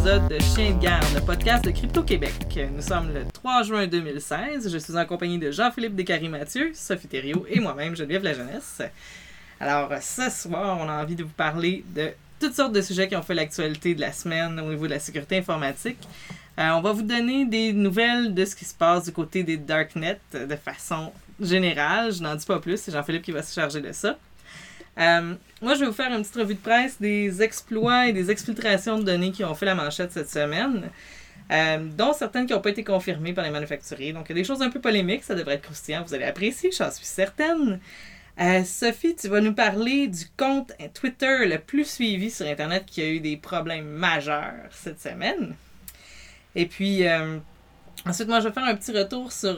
épisode de Chien de garde, le podcast de Crypto-Québec. Nous sommes le 3 juin 2016. Je suis en compagnie de Jean-Philippe Descaries-Mathieu, Sophie Thériault et moi-même, Geneviève Lajeunesse. Alors, ce soir, on a envie de vous parler de toutes sortes de sujets qui ont fait l'actualité de la semaine au niveau de la sécurité informatique. On va vous donner des nouvelles de ce qui se passe du côté des darknets de façon générale. Je n'en dis pas plus, c'est Jean-Philippe qui va se charger de ça. Moi, je vais vous faire une petite revue de presse des exploits et des exfiltrations de données qui ont fait la manchette cette semaine, dont certaines qui n'ont pas été confirmées par les manufacturiers. Donc, il y a des choses un peu polémiques, ça devrait être croustillant, vous allez apprécier, j'en suis certaine. Sophie, tu vas nous parler du compte Twitter le plus suivi sur Internet qui a eu des problèmes majeurs cette semaine. Et puis, ensuite, moi, je vais faire un petit retour sur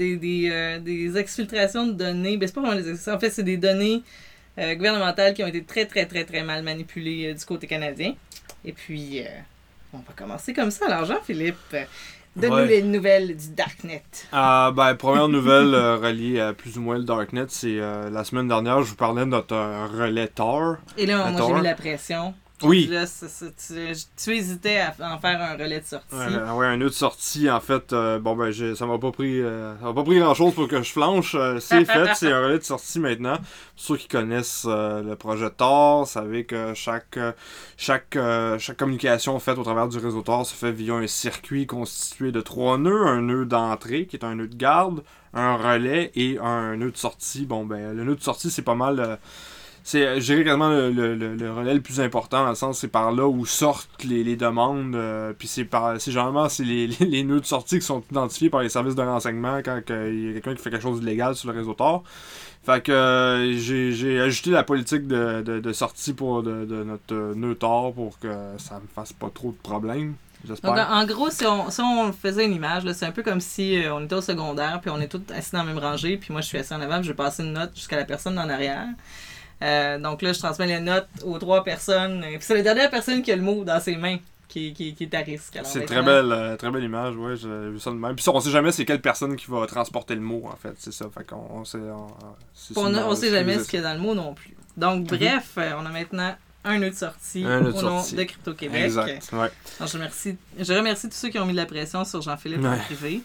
des exfiltrations de données. Ben, c'est pas vraiment des exfiltrations, en fait, c'est des données gouvernementales qui ont été très, très, très, très mal manipulées du côté canadien. Et puis, on va commencer comme ça. Alors, Jean-Philippe, donne-nous les nouvelles du Darknet. Première nouvelle reliée à plus ou moins le Darknet, c'est la semaine dernière, je vous parlais de notre relais Tor. Et là, moi, j'ai mis la pression. Oui. Là, tu hésitais à en faire un relais de sortie. Ouais, un nœud de sortie, en fait, ça m'a pas pris grand-chose pour que je flanche. C'est fait, c'est un relais de sortie maintenant. Pour ceux qui connaissent le projet Tor, vous savez que chaque communication faite au travers du réseau Tor se fait via un circuit constitué de 3 nœuds. Un nœud d'entrée, qui est un nœud de garde, un relais et un nœud de sortie. Le nœud de sortie, c'est pas mal... c'est, je dirais quasiment le relais le plus important, dans le sens c'est par là où sortent les demandes, puis c'est généralement les nœuds de sortie qui sont identifiés par les services de renseignement quand il y a quelqu'un qui fait quelque chose d'illégal sur le réseau Tor. Fait que j'ai ajouté la politique de sortie de notre nœud Tor pour que ça me fasse pas trop de problèmes. J'espère. Donc, en gros, si on faisait une image, là, c'est un peu comme si on était au secondaire, puis on est tous assis dans la même rangée, puis moi je suis assis en avant, puis je vais passer une note jusqu'à la personne en arrière. Donc là, je transmets les notes aux 3 personnes. Puis c'est la dernière personne qui a le mot dans ses mains qui est à risque. Alors, c'est très belle image, ouais, j'ai vu ça de même. Puis on sait jamais c'est quelle personne qui va transporter le mot, en fait, c'est ça. Fait qu'on sait... On sait jamais ce qu'il y a dans le mot non plus. Donc bref, on a maintenant un nœud de sortie au nom de Crypto-Québec. Exact, ouais. Alors, je remercie tous ceux qui ont mis de la pression sur Jean-Philippe en privé.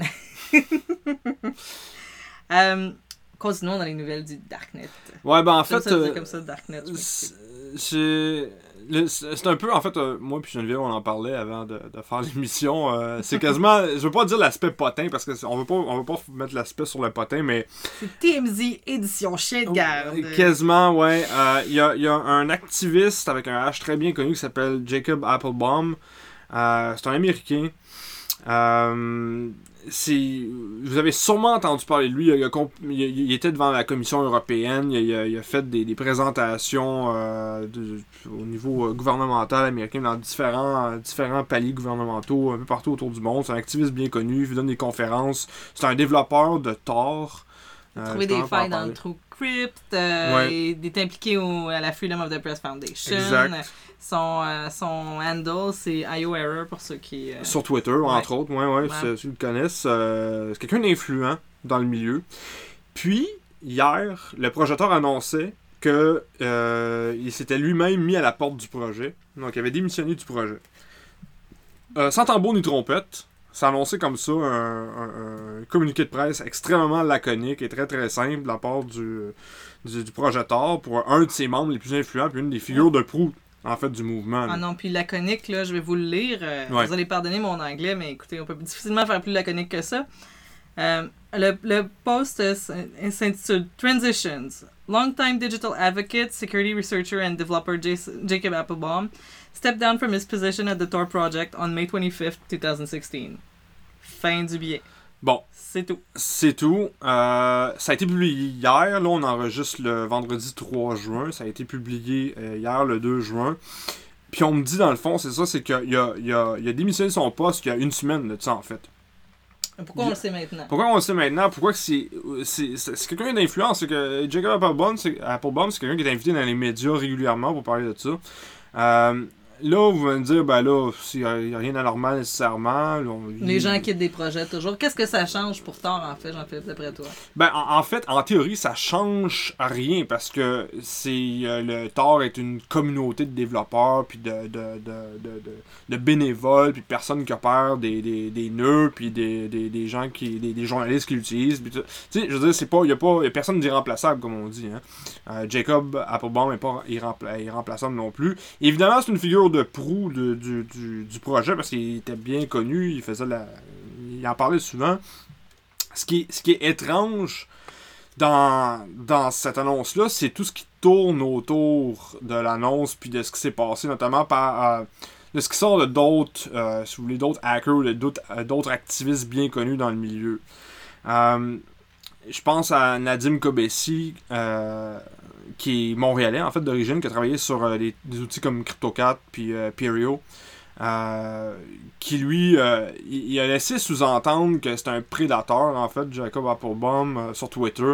Ouais. Continuons dans les nouvelles du Darknet. Ouais, en fait... C'est comme ça, Darknet. C'est un peu, en fait, moi puis Geneviève, on en parlait avant de faire l'émission. C'est quasiment... Je veux pas dire l'aspect potin, parce qu'on veut pas mettre l'aspect sur le potin, mais... C'est TMZ édition chien de garde. Quasiment, ouais. Il y a un activiste avec un H très bien connu qui s'appelle Jacob Applebaum. C'est un Américain. Vous avez sûrement entendu parler de lui. Il était devant la Commission européenne. Il a fait des présentations au niveau gouvernemental américain dans différents paliers gouvernementaux un peu partout autour du monde. C'est un activiste bien connu. Il donne des conférences. C'est un développeur de Tor. Trouver des failles dans le TrueCrypt. Il est impliqué à la Freedom of the Press Foundation. Exact. Son handle, c'est IOError pour ceux qui... Sur Twitter, entre autres. Ouais. Ceux qui le connaissent. C'est quelqu'un d'influent dans le milieu. Puis, hier, le projecteur annonçait que il s'était lui-même mis à la porte du projet. Donc, il avait démissionné du projet. Sans tambour ni trompette. C'est annoncé comme ça un communiqué de presse extrêmement laconique et très très simple de la part du projecteur pour un de ses membres les plus influents puis une des figures de proue en fait du mouvement. Ah non, puis laconique, là, je vais vous le lire. Vous allez pardonner mon anglais, mais écoutez, on peut difficilement faire plus laconique que ça. Le post s'intitule Transitions. Longtime digital advocate, security researcher and developer Jacob Applebaum stepped down from his position at the Tor project on May 25th, 2016. Fin du billet. Bon. C'est tout. C'est tout. Ça a été publié hier. Là, on enregistre le vendredi 3 juin. Ça a été publié hier, le 2 juin. Puis on me dit, dans le fond, c'est ça, c'est qu'il a démissionné de son poste il y a une semaine de ça, en fait. Pourquoi on le sait maintenant? Pourquoi on le sait maintenant? Pourquoi que c'est quelqu'un d'influence? C'est que Jacob Applebaum, c'est quelqu'un qui est invité dans les médias régulièrement pour parler de ça. là, vous allez me dire, ben là, il n'y a rien d'anormal nécessairement. Là, Les gens quittent des projets toujours. Qu'est-ce que ça change pour Thor, en fait, Jean-Philippe, d'après toi? Ben, en fait, en théorie, ça change rien parce que le Thor est une communauté de développeurs, puis de bénévoles, puis de personnes qui opèrent des nœuds, puis des gens des journalistes qui l'utilisent. Tu sais, je veux dire, il y a personne d'irremplaçable, comme on dit. Hein. Jacob Applebaum n'est pas irremplaçable non plus. Évidemment, c'est une figure de proue du projet parce qu'il était bien connu, il en parlait souvent. Ce qui est étrange dans cette annonce-là, c'est tout ce qui tourne autour de l'annonce puis de ce qui s'est passé, notamment de ce qui sort de d'autres, si vous voulez, d'autres hackers ou d'autres activistes bien connus dans le milieu. Je pense à Nadim Kobesi, qui est montréalais, en fait, d'origine, qui a travaillé sur des outils comme CryptoCat puis Perio. Qui lui, il a laissé sous-entendre que c'était un prédateur, en fait, Jacob Applebaum, sur Twitter.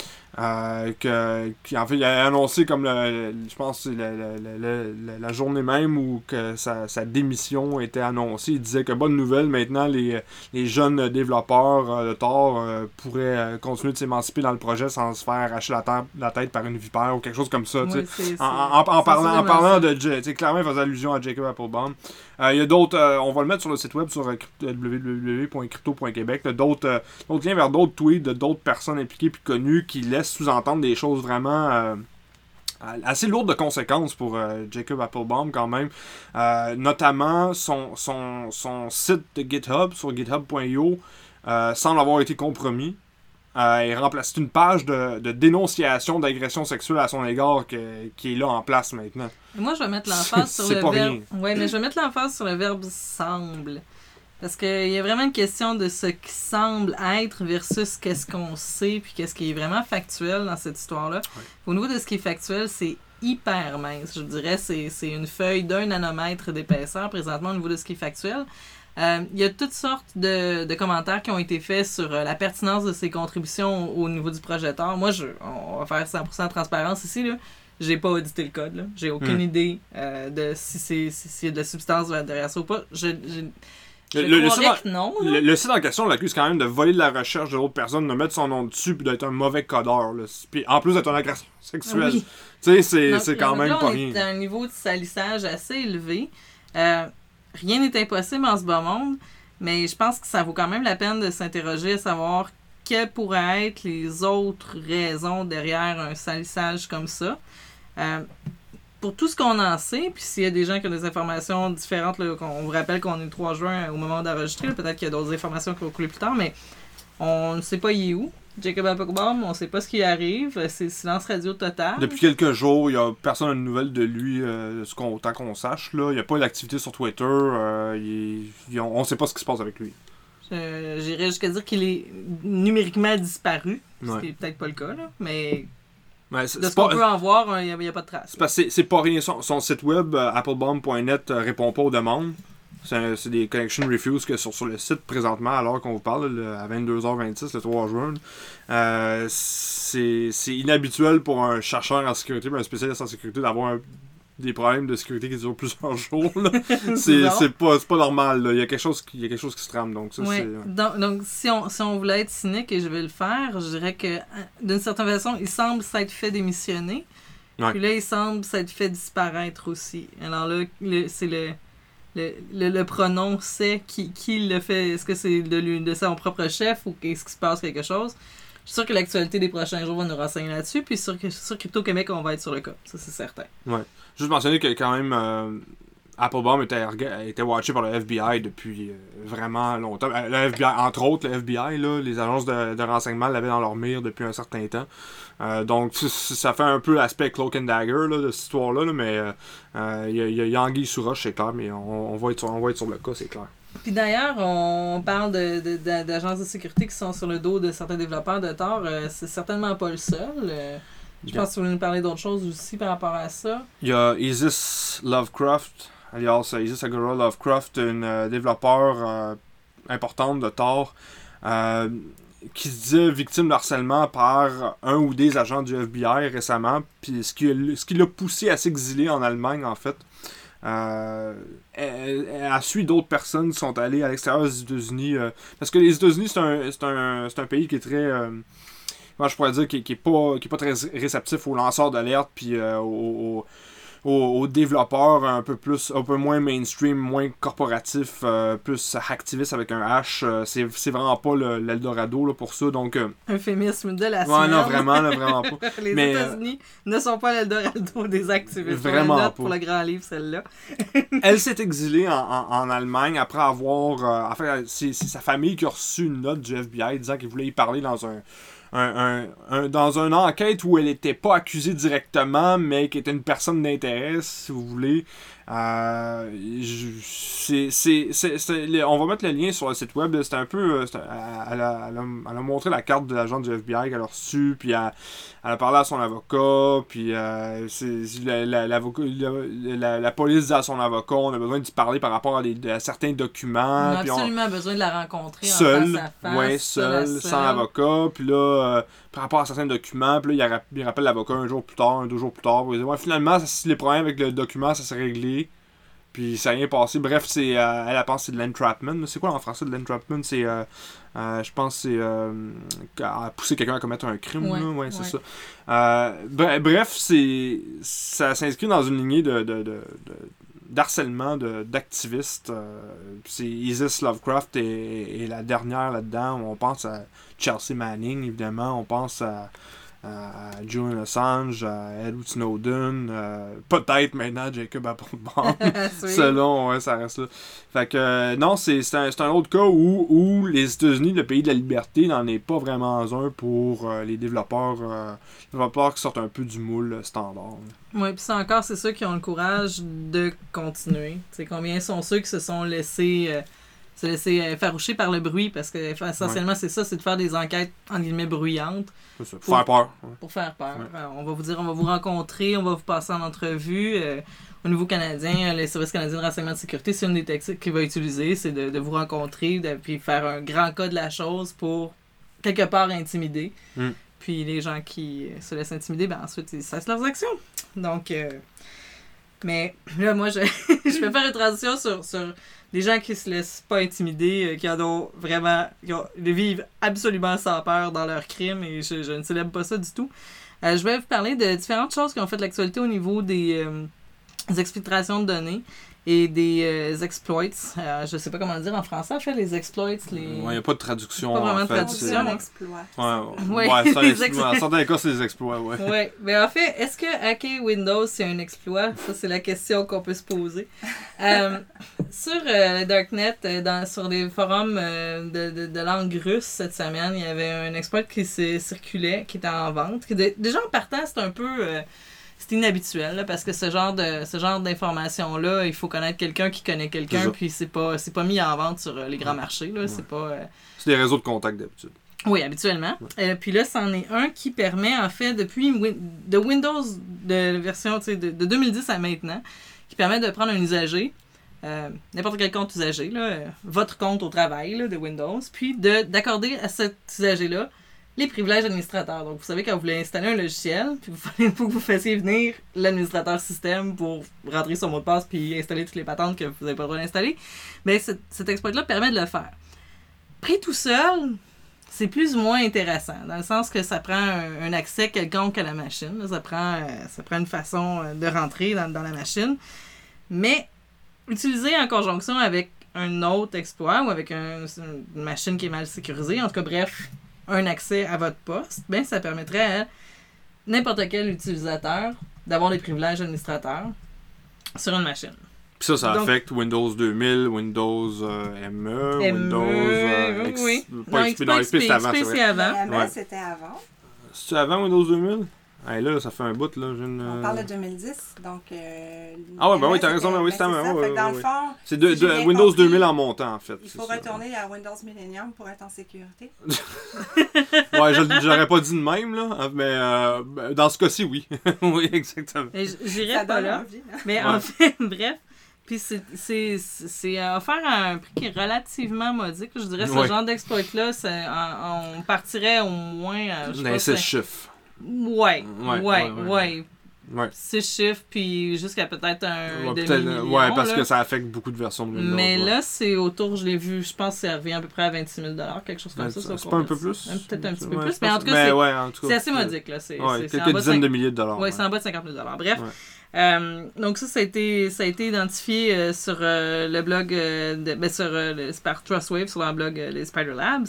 Qui en fait, il a annoncé comme je pense la journée même où que sa démission était annoncée. Il disait que bonne nouvelle, maintenant les jeunes développeurs de Thor pourraient continuer de s'émanciper dans le projet sans se faire arracher la tête par une vipère ou quelque chose comme ça. Oui, en parlant de clairement il faisait allusion à Jacob Applebaum. Il y a d'autres, on va le mettre sur le site web sur www.crypto.québec, d'autres liens vers d'autres tweets de d'autres personnes impliquées puis connues qui laissent sous-entendre des choses vraiment assez lourdes de conséquences pour Jacob Applebaum quand même. Notamment son site de GitHub sur github.io semble avoir été compromis. Il remplace une page de dénonciation d'agression sexuelle à son égard qui est là en place maintenant. Et moi, je vais mettre l'emphase sur le verbe. Oui, mais je vais mettre l'emphase sur le verbe semble. Parce qu'il y a vraiment une question de ce qui semble être versus qu'est-ce qu'on sait puis qu'est-ce qui est vraiment factuel dans cette histoire-là. Ouais. Au niveau de ce qui est factuel, c'est hyper mince. Je dirais c'est une feuille d'1 nanomètre d'épaisseur présentement au niveau de ce qui est factuel. Il y a toutes sortes de commentaires qui ont été faits sur la pertinence de ces contributions au niveau du projet Thor. Moi, on va faire 100% de transparence ici, là. J'ai pas audité le code, là. J'ai aucune idée de s'il y a de la substance derrière ça ou pas. Le site en question l'accuse quand même de voler de la recherche de l'autre personne, de mettre son nom dessus puis d'être un mauvais codeur. Là. Puis en plus d'être un agresseur sexuel. Oui. Tu sais, c'est quand même pas rien. On est à un niveau de salissage assez élevé. Rien n'est impossible en ce bas monde, mais je pense que ça vaut quand même la peine de s'interroger à savoir quelles pourraient être les autres raisons derrière un salissage comme ça. Pour tout ce qu'on en sait, puis s'il y a des gens qui ont des informations différentes, là, on vous rappelle qu'on est le 3 juin au moment d'enregistrer, là, peut-être qu'il y a d'autres informations qui vont couler plus tard, mais on ne sait pas il est où. Jacob Applebaum, on ne sait pas ce qui arrive, c'est silence radio total. Depuis quelques jours, il n'y a personne de nouvelles de lui, autant qu'on sache. Là. Il n'y a pas d'activité sur Twitter, on ne sait pas ce qui se passe avec lui. J'irais jusqu'à dire qu'il est numériquement disparu, ce qui n'est peut-être pas le cas, là, mais... de ce qu'on peut en voir, il n'y a pas de traces. C'est pas rien. Son site web, applebaum.net, répond pas aux demandes. C'est des connection refuse que sur le site présentement, alors qu'on vous parle, à 22h26, le 3 juin. C'est inhabituel pour un chercheur en sécurité, un spécialiste en sécurité, d'avoir des problèmes de sécurité qui durent plusieurs jours. C'est pas normal. Là. Il y a quelque chose qui se trame. Donc, ça, oui. Donc si on voulait être cynique, et je vais le faire, je dirais que d'une certaine façon, il semble s'être fait démissionner. Ouais. Puis là, il semble s'être fait disparaître aussi. Alors là, c'est le pronom c'est qui le fait. Est-ce que c'est de son propre chef ou est-ce qu'il se passe quelque chose? Je suis sûr que l'actualité des prochains jours va nous renseigner là-dessus. Puis sur Crypto Québec, on va être sur le cas. Ça, c'est certain. Ouais. Juste mentionner que quand même Applebaum était watché par le FBI depuis vraiment longtemps. Le FBI, entre autres, le FBI, là, les agences de renseignement l'avaient dans leur mire depuis un certain temps. Donc ça fait un peu l'aspect Cloak and Dagger là, de cette histoire-là, là, mais il y a anguille sous roche, c'est clair, mais on va être sur le cas, c'est clair. Puis d'ailleurs, on parle d'agences de sécurité qui sont sur le dos de certains développeurs de Thor. C'est certainement pas le seul. Je pense que tu voulais nous parler d'autres choses aussi par rapport à ça. Il y a Isis Lovecraft, alias Isis Agora Lovecraft, une développeur importante de Thor, qui se disait victime de harcèlement par un ou des agents du FBI récemment, puis ce qui l'a poussé à s'exiler en Allemagne, en fait. elle suit d'autres personnes qui sont allées à l'extérieur des États-Unis. Parce que les États-Unis, c'est un pays qui est très... moi, je pourrais dire qui est pas très réceptif aux lanceurs d'alerte puis aux développeurs un peu moins mainstream, moins corporatif, plus activiste avec un H. C'est vraiment pas l'Eldorado là, pour ça. Donc, euphémisme de la ouais, semaine. non, vraiment pas. Les États-Unis ne sont pas l'Eldorado des activistes. Vraiment pas. Pour le grand livre, celle-là. Elle s'est exilée en Allemagne après avoir... en fait, c'est sa famille qui a reçu une note du FBI disant qu'il voulait y parler dans dans une enquête où elle n'était pas accusée directement, mais qui était une personne d'intérêt, si vous voulez. On va mettre le lien sur le site web. C'était un peu... Elle a montré la carte de l'agent du FBI qu'elle a reçue, puis elle a parlé à son avocat, puis la police dit à son avocat, on a besoin d'y parler par rapport à certains documents. On a absolument besoin de la rencontrer seule, en face à face. Ouais, seule, sans avocat. Puis là, par rapport à certains documents, puis là, il rappelle l'avocat 2 jours plus tard. Il dit, ouais, finalement, les problèmes avec le document, ça s'est réglé. Puis ça n'a rien passé. Bref, elle pense que c'est de l'entrapment. C'est quoi en français de l'entrapment? C'est, je pense que c'est pousser quelqu'un à commettre un crime. Ouais, là. Ouais, c'est ça. Bref, ça s'inscrit dans une lignée d'harcèlement d'activistes. C'est Isis Lovecraft est la dernière là-dedans. On pense à Chelsea Manning, évidemment. On pense à Julian Assange, à Edward Snowden, peut-être maintenant Jacob Applebaum. Selon, ouais, ça reste là. Fait que, non, c'est un autre cas où les États-Unis, le pays de la liberté, n'en est pas vraiment un pour les développeurs qui sortent un peu du moule standard. Oui, puis ça encore, c'est ceux qui ont le courage de continuer. C'est combien sont ceux qui se sont laissés effaroucher par le bruit, parce que essentiellement c'est ça, c'est de faire des enquêtes en guillemets bruyantes. C'est ça. Faire peur. Pour faire peur. Ouais. On va vous dire, on va vous rencontrer, on va vous passer en entrevue. Au niveau canadien, les services canadiens de renseignement de sécurité, c'est une des tactiques qu'il va utiliser, c'est de vous rencontrer, puis faire un grand cas de la chose pour quelque part intimider. Puis les gens qui se laissent intimider, ben ensuite ils cessent leurs actions. Donc, mais là, moi, je vais faire une transition sur des gens qui se laissent pas intimider, qui vivent absolument sans peur dans leurs crimes, et je ne célèbre pas ça du tout. Je vais vous parler de différentes choses qui ont fait l'actualité au niveau des exfiltrations de données et des exploits. Je sais pas comment dire en français, en fait, les exploits. Ouais, il n'y a pas de traduction. Pas vraiment en de traduction. C'est un exploit. Ouais, dans certains cas, c'est des exploits, ouais. Ouais, mais en fait, est-ce que hacker Windows, c'est un exploit? Ça, c'est la question qu'on peut se poser. Sur le Darknet, sur les forums de langue russe cette semaine, il y avait un exploit qui circulait, qui était en vente. Déjà, en partant, c'est un peu... c'est inhabituel, là, parce que ce genre d'informations-là, il faut connaître quelqu'un qui connaît quelqu'un, puis c'est pas mis en vente sur les grands marchés. Là, c'est pas... C'est des réseaux de contact d'habitude. Oui, habituellement. Ouais. Puis là, c'en est un qui permet, en fait, depuis de Windows, de version de 2010 à maintenant, qui permet de prendre un usager, n'importe quel compte usager, là, votre compte au travail là, de Windows, puis d'accorder à cet usager-là les privilèges d'administrateur. Donc, vous savez, quand vous voulez installer un logiciel, puis il faut que vous fassiez venir l'administrateur système pour rentrer son mot de passe puis installer toutes les patentes que vous n'avez pas le droit d'installer, mais cet exploit-là permet de le faire. Pris tout seul, c'est plus ou moins intéressant, dans le sens que ça prend un accès quelconque à la machine. Là, ça prend une façon de rentrer dans la machine. Mais, utilisé en conjonction avec un autre exploit ou avec une machine qui est mal sécurisée, en tout cas, bref, un accès à votre poste, ben ça permettrait à n'importe quel utilisateur d'avoir les privilèges d'administrateur sur une machine. Puis ça affecte Windows 2000, Windows ME, Windows XP. Oui. Pas XP, non, XP c'était avant. XP c'est avant. ME c'était avant. C'est avant Windows 2000? Hey, là, ça fait un bout, là. On parle de 2010, donc... ah ouais, ben oui, t'as raison, ben oui, c'était avant. Ouais, dans le fond... C'est Windows 2000 en montant, en fait. Il faut retourner à Windows Millennium pour être en sécurité. Ouais, j'aurais pas dit de même, là, mais dans ce cas-ci, oui. Oui, exactement. J'irais pas là. Envie, mais en fait, bref... Puis c'est offert à un prix qui est relativement modique. Je dirais ce genre d'exploit-là, on partirait au moins... Dans ces chiffres. Ouais. Ouais. 6 chiffres, puis jusqu'à peut-être un Ouais, demi-million. ouais, parce là. que ça affecte beaucoup de versions de Windows. Mais ouais. là, c'est autour, je l'ai vu, je pense que ça revient à peu près à 26 000 quelque chose comme Ouais, ça. c'est pas un peu plus? Peut-être un petit peu Ouais, plus, je mais pense- en tout cas, mais c'est ouais, en tout cas, c'est assez modique. Là. C'est en quelques bas de dizaines 5 de milliers de dollars. Oui, c'est en bas de 50 000 Bref, Ouais. donc ça a été identifié sur le blog, par Trustwave, sur leur blog, les Spider Labs.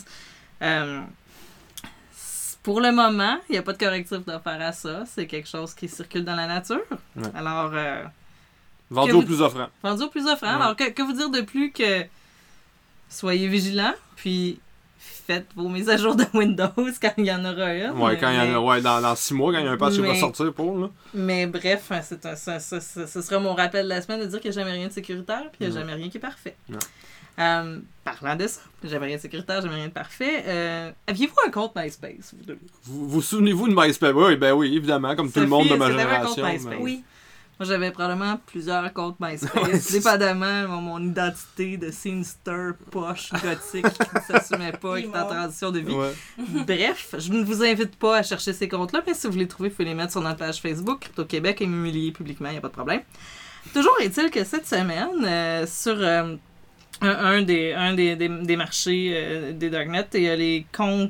Pour le moment, il n'y a pas de correctif d'affaires à ça. C'est quelque chose qui circule dans la nature. Ouais. Alors, Vendu que au vous- plus offrant. vendu au plus offrant. Ouais. Alors, que vous dire de plus que soyez vigilants, puis faites vos mises à jour de Windows quand il y en aura une. Ouais, quand il y en a, ouais, dans 6 mois, quand il y a un patch qui va mais- sortir pour, là. Mais bref, ce sera mon rappel de la semaine de dire qu'il n'y a jamais rien de sécuritaire, puis il n'y a jamais rien qui est parfait. Non. Parlant de ça, jamais rien de sécuritaire, jamais rien de parfait. Aviez-vous un compte MySpace, vous deux? Vous souvenez-vous de MySpace? Oui, ben oui, évidemment, comme tout le monde de ma Sophie, est-ce que t'avais un compte génération. MySpace? mais- Oui. Moi, j'avais probablement plusieurs comptes Ouais, MySpace, c'est dépendamment mon identité de scenester, poche, gothique, qui ne s'assumait pas, qui était en transition de vie. Ouais. Bref, je ne vous invite pas à chercher ces comptes-là, mais si vous les trouvez, vous pouvez les mettre sur notre page Facebook, Crypto Québec, et m'humilier publiquement, il n'y a pas de problème. Toujours est-il que cette semaine, sur un des marchés des Darknet, il y a les comptes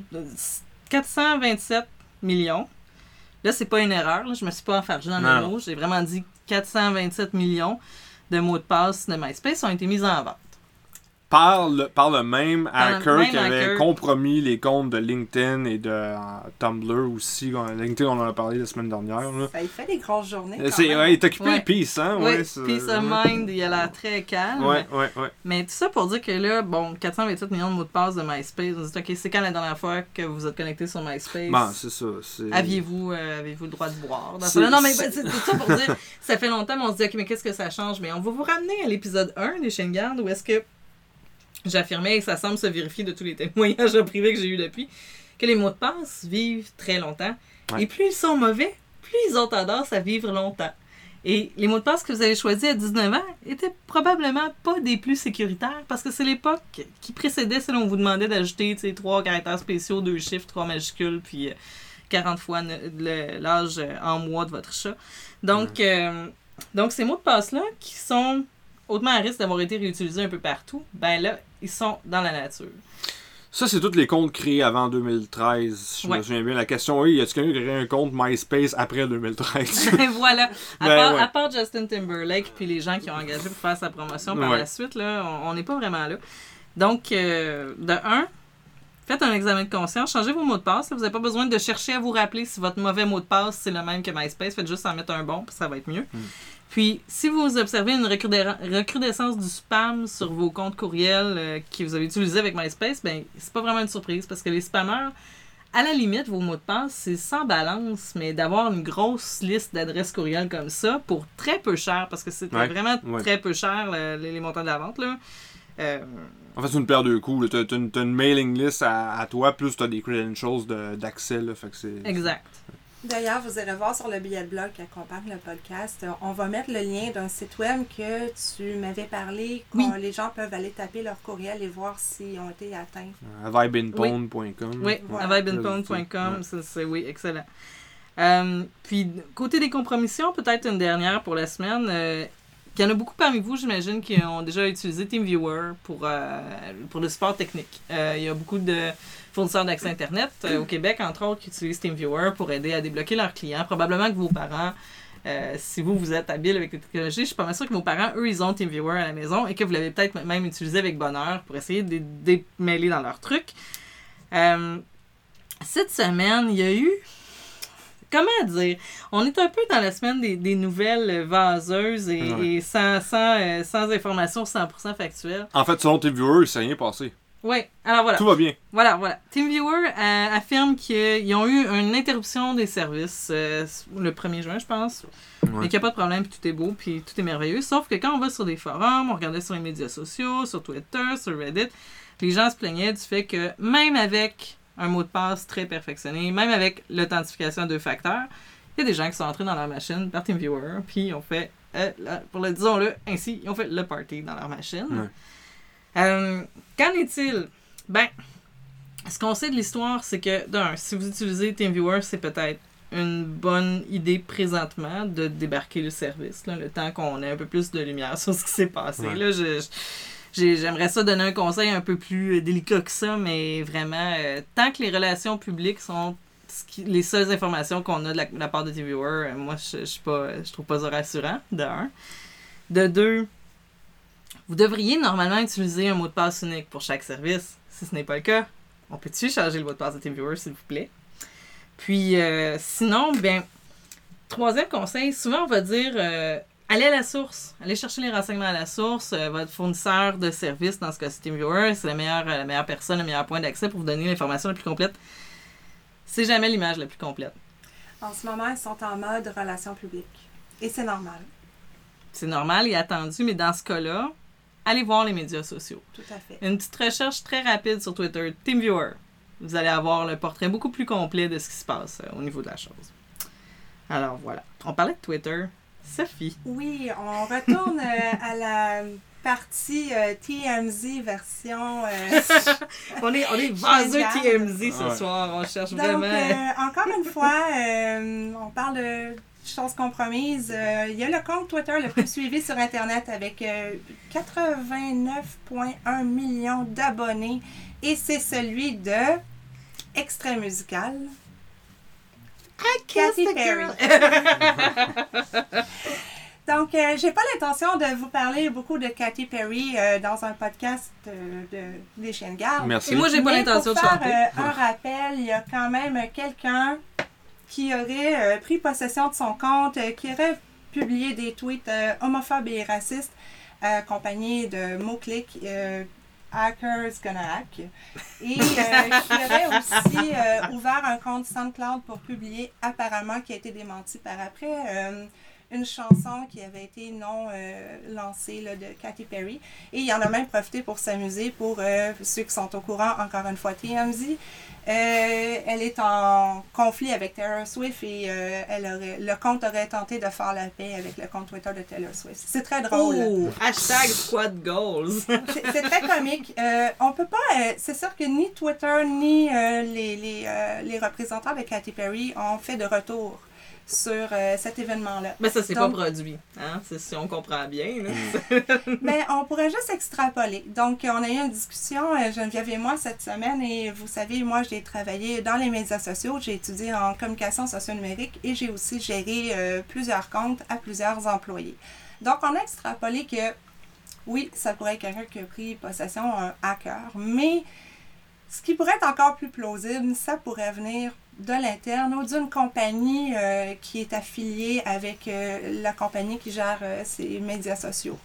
427 millions. Là, c'est pas une erreur, là, je me suis pas enfargée dans le Non. mot, j'ai vraiment dit 427 millions de mots de passe de MySpace ont été mis en vente. Par le même hacker même qui avait hacker. compromis les comptes de LinkedIn et de Tumblr aussi. LinkedIn, on en a parlé la semaine dernière. Là. Ça y fait des grosses journées. quand C'est, même. ouais, il est occupé Ouais. de Peace, hein? Oui, Ouais, Peace of Mind, il a l'air très calme. Ouais. Mais tout ça pour dire que là, bon, 427 millions de mots de passe de MySpace, on se dit, OK, c'est quand la dernière fois que vous êtes connecté sur MySpace? Bon, c'est ça. Aviez-vous le droit de boire? Dans C'est- ça? Non, mais c'est- c'est tout ça pour dire, ça fait longtemps, mais on se dit, OK, mais qu'est-ce que ça change? Mais on va vous ramener à l'épisode 1 des Chaînes Gardes, où est-ce que j'affirmais, et ça semble se vérifier de tous les témoignages privés que j'ai eu depuis, que les mots de passe vivent très longtemps. Ouais. Et plus ils sont mauvais, plus ils ont tendance à vivre longtemps. Et les mots de passe que vous avez choisis à 19 ans étaient probablement pas des plus sécuritaires, parce que c'est l'époque qui précédait celle où on vous demandait d'ajouter 3 caractères spéciaux, 2 chiffres, 3 majuscules, puis 40 fois l'âge en mois de votre chat. Donc ces mots de passe-là, qui sont hautement à risque d'avoir été réutilisés un peu partout, ben là, ils sont dans la nature. Ça, c'est tous les comptes créés avant 2013. Je Ouais. me souviens bien. La question, oui, y a-t-il quelqu'un qui a créé un compte MySpace après 2013? Et voilà. Ben, ouais. À part Justin Timberlake puis les gens qui ont engagé pour faire sa promotion par Ouais. la suite, là, on n'est pas vraiment là. Donc, de un, faites un examen de conscience, changez vos mots de passe. Là, vous n'avez pas besoin de chercher à vous rappeler si votre mauvais mot de passe c'est le même que MySpace. Faites juste en mettre un bon, puis ça va être mieux. Puis, si vous observez une recrudescence du spam sur vos comptes courriels que vous avez utilisés avec MySpace, ben c'est pas vraiment une surprise parce que les spammers, à la limite, vos mots de passe, c'est sans balance, mais d'avoir une grosse liste d'adresses courriels comme ça pour très peu cher, parce que c'était Ouais, vraiment ouais. très peu cher les montants de la vente, là. En fait, c'est une paire de coups. Là. T'as une mailing list à toi, plus t'as des credentials d'accès. Là, fait que c'est... Exact. D'ailleurs, vous irez voir sur le billet de blog qui accompagne le podcast. On va mettre le lien d'un site web que tu m'avais parlé, que Oui. les gens peuvent aller taper leur courriel et voir s'ils ont été atteints. Vibeinpone.com. Oui, Voilà. vibeinpone.com, Ouais. c'est oui, excellent. Puis, côté des compromissions, peut-être une dernière pour la semaine. Il y en a beaucoup parmi vous, j'imagine, qui ont déjà utilisé TeamViewer pour le support technique. Il y a beaucoup de fournisseurs d'accès Internet au Québec, entre autres, qui utilisent TeamViewer pour aider à débloquer leurs clients. Probablement que vos parents, si vous êtes habile avec les technologies, je suis pas mal sûre que vos parents, eux, ils ont TeamViewer à la maison et que vous l'avez peut-être même utilisé avec bonheur pour essayer de démêler dans leurs trucs. Cette semaine, il y a eu... Comment dire? On est un peu dans la semaine des nouvelles vaseuses et sans information 100% factuelle. En fait, selon tes viewers, il s'est rien passé. Oui, alors voilà. Tout va bien. Voilà. TeamViewer affirme qu'ils ont eu une interruption des services le 1er juin, je pense. Ouais. Mais qu'il n'y a pas de problème, puis tout est beau, puis tout est merveilleux. Sauf que quand on va sur des forums, on regardait sur les médias sociaux, sur Twitter, sur Reddit, les gens se plaignaient du fait que même avec un mot de passe très perfectionné, même avec l'authentification à 2 facteurs, il y a des gens qui sont entrés dans leur machine par TeamViewer, puis ils ont fait, disons-le ainsi, ils ont fait le party dans leur machine. Ouais. Qu'en est-il? Ben, ce qu'on sait de l'histoire, c'est que, d'un, si vous utilisez TeamViewer, c'est peut-être une bonne idée présentement de débarquer le service, là, le temps qu'on ait un peu plus de lumière sur ce qui s'est passé. Ouais. Là, j'aimerais ça donner un conseil un peu plus délicat que ça, mais vraiment, tant que les relations publiques sont les seules informations qu'on a de la part de TViewer, moi, je trouve pas ça rassurant, de un. De deux, vous devriez normalement utiliser un mot de passe unique pour chaque service. Si ce n'est pas le cas, on peut-tu changer le mot de passe de TeamViewer, s'il vous plaît? Puis, sinon, troisième conseil, souvent on va dire, allez à la source. Allez chercher les renseignements à la source. Votre fournisseur de services, dans ce cas-ci TeamViewer, c'est la meilleure personne, le meilleur point d'accès pour vous donner l'information la plus complète. C'est jamais l'image la plus complète. En ce moment, ils sont en mode relations publiques. Et c'est normal. C'est normal et attendu, mais dans ce cas-là, allez voir les médias sociaux. Tout à fait. Une petite recherche très rapide sur Twitter, TeamViewer. Vous allez avoir le portrait beaucoup plus complet de ce qui se passe au niveau de la chose. Alors voilà. On parlait de Twitter. Sophie. Oui, on retourne à la partie TMZ version... on est vaseux génial. TMZ ce soir. On cherche Donc, vraiment... encore une fois, on parle de choses compromises. Il y a le compte Twitter le plus suivi sur Internet avec 89,1 millions d'abonnés. Et c'est celui de Extrait musical. Katy Perry. Donc, j'ai pas l'intention de vous parler beaucoup de Katy Perry dans un podcast des chiens de garde. Merci. Et moi, j'ai pas l'intention de chanter. Un rappel, il y a quand même quelqu'un qui aurait pris possession de son compte, qui aurait publié des tweets homophobes et racistes, accompagnés de mots-clics Hackers Gonna Hack, et qui aurait aussi ouvert un compte SoundCloud pour publier, apparemment, qui a été démenti par après, une chanson qui avait été non lancée là, de Katy Perry. Et il en a même profité pour s'amuser, pour ceux qui sont au courant, encore une fois, TMZ. Elle est en conflit avec Taylor Swift et le compte aurait tenté de faire la paix avec le compte Twitter de Taylor Swift. C'est très drôle. Oh, hashtag squad goals. C'est très comique. On peut pas... c'est sûr que ni Twitter ni les représentants de Katy Perry ont fait de retour sur cet événement-là. Mais ça, c'est Donc, pas produit. Hein? Si on comprend bien. Là. Mais on pourrait juste extrapoler. Donc, on a eu une discussion, Geneviève et moi, cette semaine, et vous savez, moi, j'ai travaillé dans les médias sociaux, j'ai étudié en communication socio-numérique et j'ai aussi géré plusieurs comptes à plusieurs employés. Donc, on a extrapolé que, oui, ça pourrait être quelqu'un qui a pris possession, un hacker, mais ce qui pourrait être encore plus plausible, ça pourrait venir de l'interne ou d'une compagnie qui est affiliée avec la compagnie qui gère ses médias sociaux.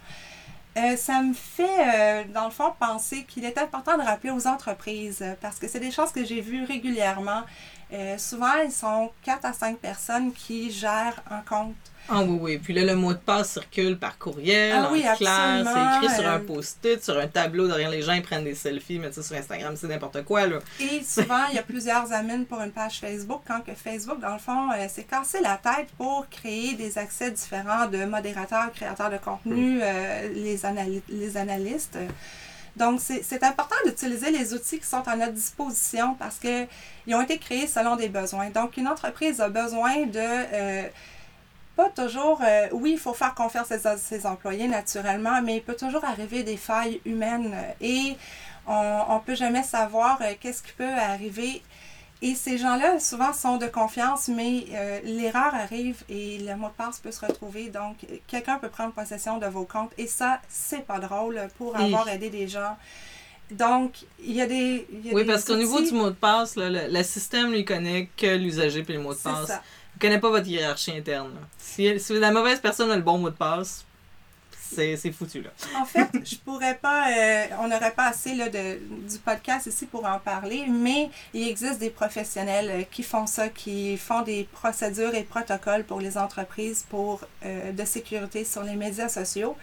Ça me fait, dans le fond, penser qu'il est important de rappeler aux entreprises, parce que c'est des choses que j'ai vues régulièrement. Souvent, ils sont 4 à 5 personnes qui gèrent un compte. Ah oui, oui. Puis là, le mot de passe circule par courriel, Ah oui, en classe, absolument. c'est écrit sur un post-it, sur un tableau derrière les gens, ils prennent des selfies, mettent ça sur Instagram, c'est n'importe quoi, là. Et souvent, il y a plusieurs admins pour une page Facebook, quand que Facebook, dans le fond, s'est cassé la tête pour créer des accès différents de modérateurs, créateurs de contenu, les analystes. Donc, c'est important d'utiliser les outils qui sont à notre disposition parce qu'ils ont été créés selon des besoins. Donc, une entreprise a besoin de... pas toujours... oui, il faut faire confiance à ses employés, naturellement, mais il peut toujours arriver des failles humaines et on ne peut jamais savoir qu'est-ce qui peut arriver. Et ces gens-là, souvent, sont de confiance, mais l'erreur arrive et le mot de passe peut se retrouver. Donc, quelqu'un peut prendre possession de vos comptes et ça, c'est pas drôle pour avoir aidé des gens. Donc, il y a des Oui, parce qu'au outils... niveau du mot de passe, là, le système lui connaît que l'usager puis le mot de passe. Ça. Il ne connaît pas votre hiérarchie interne. Là. Si la mauvaise personne a le bon mot de passe, c'est foutu, là. En fait, je pourrais pas... on n'aurait pas assez là, du podcast ici pour en parler, mais il existe des professionnels qui font ça, qui font des procédures et protocoles pour les entreprises de sécurité sur les médias sociaux.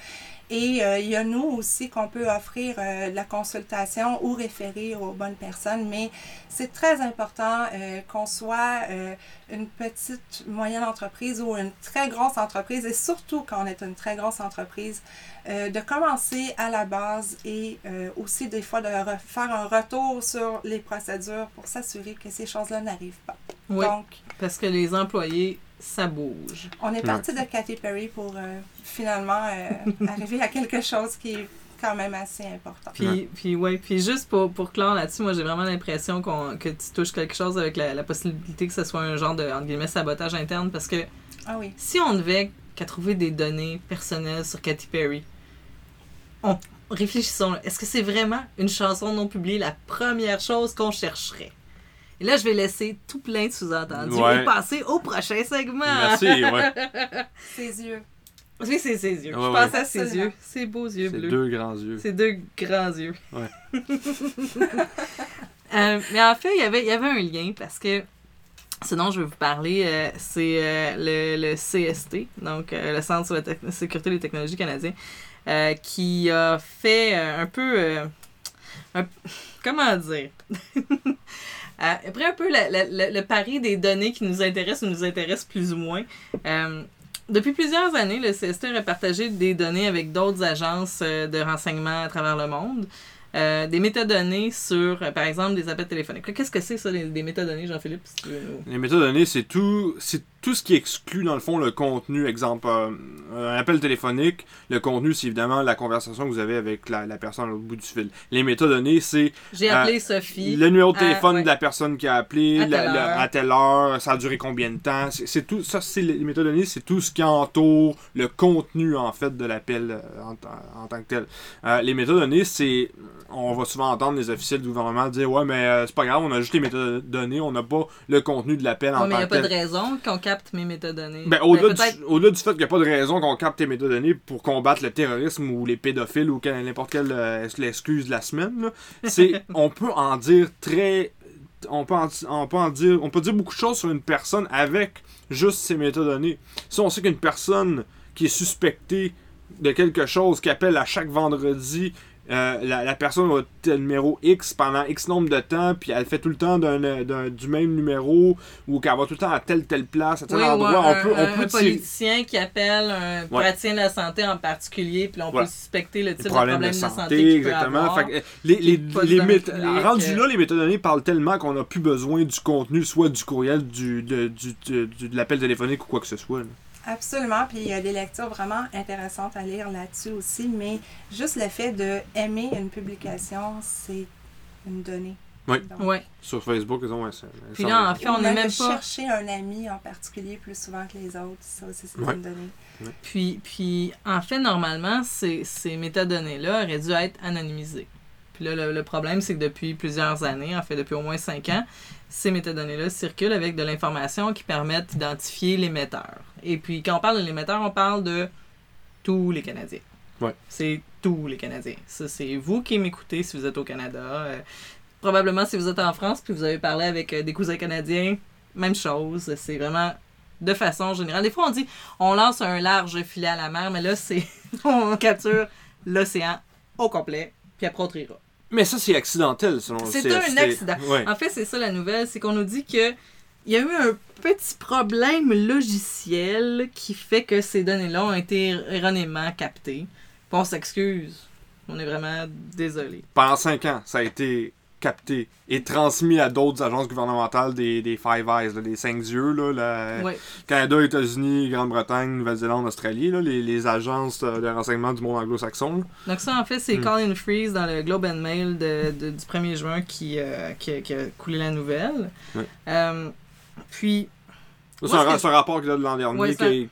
Et il y a nous aussi qu'on peut offrir de la consultation ou référer aux bonnes personnes, mais c'est très important qu'on soit une petite, moyenne entreprise ou une très grosse entreprise, et surtout quand on est une très grosse entreprise, de commencer à la base et aussi des fois de faire un retour sur les procédures pour s'assurer que ces choses-là n'arrivent pas. Oui, Donc, parce que les employés, ça bouge. on est parti de Katy Perry pour finalement arriver à quelque chose qui est quand même assez important. Puis juste pour clore là-dessus, moi j'ai vraiment l'impression que tu touches quelque chose avec la possibilité que ce soit un genre de, entre guillemets, sabotage interne, parce que Ah oui. si on devait qu'à trouver des données personnelles sur Katy Perry, réfléchissons, là, est-ce que c'est vraiment une chanson non publiée la première chose qu'on chercherait? Et là, je vais laisser tout plein de sous-entendus et passer au prochain segment. Merci, ouais. Ses yeux. Oui, c'est ses yeux. Ouais, je pense à ses absolument. yeux. Ses beaux yeux C'est bleus. 2 grands yeux. C'est 2 grands yeux. Ouais. Mais en fait, il y avait un lien parce que ce dont je vais vous parler, c'est le CST, donc le Centre sur la sécurité des technologies canadiens, qui a fait un peu... comment dire? Après un peu le pari des données qui nous intéressent ou nous intéressent plus ou moins. Depuis plusieurs années, le CST a partagé des données avec d'autres agences de renseignement à travers le monde. Des métadonnées sur, par exemple, des appels téléphoniques. Qu'est-ce que c'est ça, des métadonnées, Jean-Philippe? Si tu veux nous... Les métadonnées, c'est tout ce qui exclut, dans le fond, le contenu. Exemple, un appel téléphonique, le contenu, c'est évidemment la conversation que vous avez avec la personne à l'autre bout du fil. Les métadonnées, c'est... J'ai appelé Sophie. Le numéro de téléphone de la personne qui a appelé, à telle heure, ça a duré combien de temps. C'est tout, ça, c'est les métadonnées, c'est tout ce qui entoure le contenu, en fait, de l'appel en tant que tel. Les métadonnées, c'est... On va souvent entendre les officiels du gouvernement dire « Ouais, mais c'est pas grave, on a juste les métadonnées, on n'a pas le contenu de l'appel en tant que tel. » mais il n'y a pas de raison qu'on capte mes métadonnées. Ben, au-delà du fait qu'il n'y a pas de raison qu'on capte tes métadonnées pour combattre le terrorisme ou les pédophiles ou n'importe quelle excuse de la semaine, là, c'est, on peut en dire très... On peut dire beaucoup de choses sur une personne avec juste ces métadonnées. Si on sait qu'une personne qui est suspectée de quelque chose, qui appelle à chaque vendredi... la personne a tel numéro X pendant X nombre de temps, puis elle fait tout le temps du même numéro, ou qu'elle va tout le temps à telle place, à tel endroit. Un politicien qui appelle un praticien de la santé en particulier, puis on peut suspecter le type de problème de santé qu'il peut avoir. Fait que rendu là, les métadonnées parlent tellement qu'on n'a plus besoin du contenu, soit du courriel, de l'appel téléphonique ou quoi que ce soit. Là. Absolument, puis il y a des lectures vraiment intéressantes à lire là-dessus aussi, mais juste le fait d'aimer une publication, c'est une donnée. Oui. Ouais. Sur Facebook, ils ont puis là, en fait, on n'est même pas... chercher un ami en particulier plus souvent que les autres, ça aussi, c'est une donnée. Ouais. Puis, en fait, normalement, ces métadonnées-là auraient dû être anonymisées. Puis là, le problème, c'est que depuis plusieurs années, en fait, depuis au moins 5 ans, ces métadonnées-là circulent avec de l'information qui permet d'identifier l'émetteur. Et puis, quand on parle de l'émetteur, on parle de tous les Canadiens. Ouais. C'est tous les Canadiens. Ça, c'est vous qui m'écoutez si vous êtes au Canada. Probablement, si vous êtes en France puis vous avez parlé avec des cousins canadiens, même chose. C'est vraiment de façon générale. Des fois, on dit on lance un large filet à la mer, mais là, c'est on capture l'océan au complet, puis après, on triera. Mais ça, c'est accidentel, selon le C'est un accident. Ouais. En fait, c'est ça la nouvelle, c'est qu'on nous dit que il y a eu un petit problème logiciel qui fait que ces données-là ont été erronément captées. Puis on s'excuse. On est vraiment désolé. Pendant 5 ans, ça a été capté et transmis à d'autres agences gouvernementales des Five Eyes, là, des 5 yeux, là, Canada, États-Unis, Grande-Bretagne, Nouvelle-Zélande, Australie, là, les agences de renseignement du monde anglo-saxon. Là. Donc ça, en fait, c'est Colin Freeze dans le Globe and Mail du 1er juin qui a coulé la nouvelle. Ouais. Puis... C'est un rapport qu'il a de l'an dernier,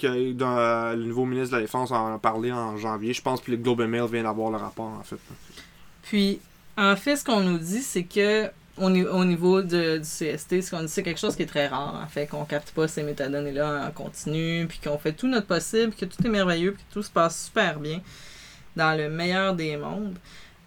le nouveau ministre de la Défense en a parlé en janvier, je pense, puis le Globe and Mail vient d'avoir le rapport, en fait. Puis, en fait, ce qu'on nous dit, c'est que au niveau du CST, ce qu'on dit, c'est quelque chose qui est très rare, en fait, qu'on capte pas ces métadonnées-là en continu, puis qu'on fait tout notre possible, que tout est merveilleux, puis que tout se passe super bien, dans le meilleur des mondes.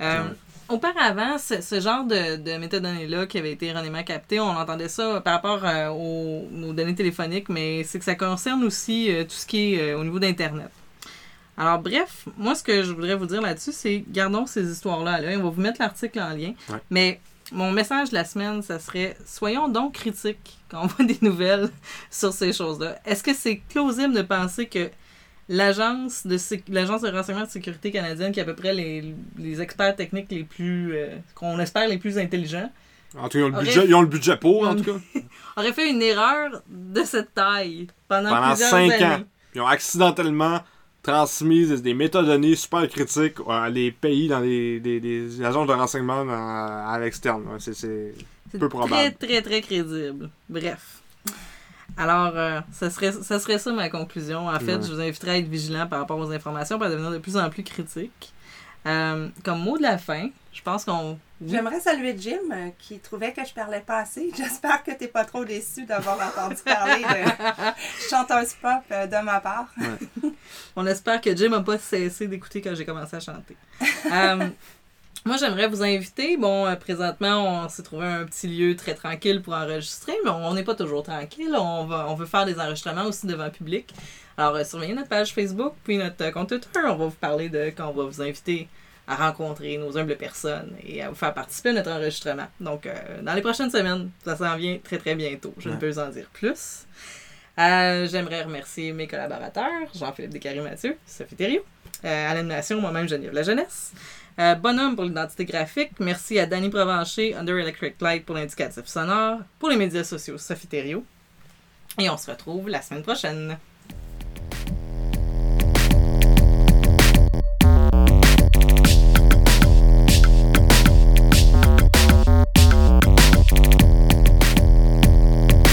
Auparavant, ce genre de métadonnées-là qui avait été erronément captées, on entendait ça par rapport aux données téléphoniques, mais c'est que ça concerne aussi tout ce qui est au niveau d'Internet. Alors bref, moi ce que je voudrais vous dire là-dessus, c'est gardons ces histoires-là à l'œil. On va vous mettre l'article en lien. Ouais. Mais mon message de la semaine, ça serait soyons donc critiques quand on voit des nouvelles sur ces choses-là. Est-ce que c'est plausible de penser que l'agence de renseignement de sécurité canadienne, qui est à peu près les experts techniques les plus, qu'on espère les plus intelligents, En tout cas, ils ont le budget pour, en tout cas. aurait fait une erreur de cette taille pendant Pendant plusieurs 5 années. ans. Ils ont accidentellement transmis des métadonnées super critiques à les pays dans des agences de renseignement à l'externe. Ouais, c'est peu probable. Très, très crédible. Bref. Alors, ça serait ça ma conclusion. En fait, Ouais. je vous inviterai à être vigilant par rapport aux informations, à devenir de plus en plus critique. Comme mot de la fin, je pense qu'on... J'aimerais saluer Jim qui trouvait que je parlais pas assez. J'espère que t'es pas trop déçu d'avoir entendu parler de chanteuse pop de ma part. Ouais. On espère que Jim n'a pas cessé d'écouter quand j'ai commencé à chanter. Moi, j'aimerais vous inviter. Bon, présentement, on s'est trouvé un petit lieu très tranquille pour enregistrer, mais on n'est pas toujours tranquille. On veut faire des enregistrements aussi devant le public. Alors, surveillez notre page Facebook, puis notre compte Twitter. On va vous parler quand on va vous inviter à rencontrer nos humbles personnes et à vous faire participer à notre enregistrement. Donc, dans les prochaines semaines, ça s'en vient très, très bientôt. Je ne peux vous en dire plus. J'aimerais remercier mes collaborateurs, Jean-Philippe Descaries-Mathieu, Sophie Thériault, à l'animation, moi-même, Geneviève La Jeunesse. Bonhomme pour l'identité graphique. Merci à Danny Provencher, Under Electric Light pour l'indicatif sonore. Pour les médias sociaux, Sophie Thériault. Et on se retrouve la semaine prochaine.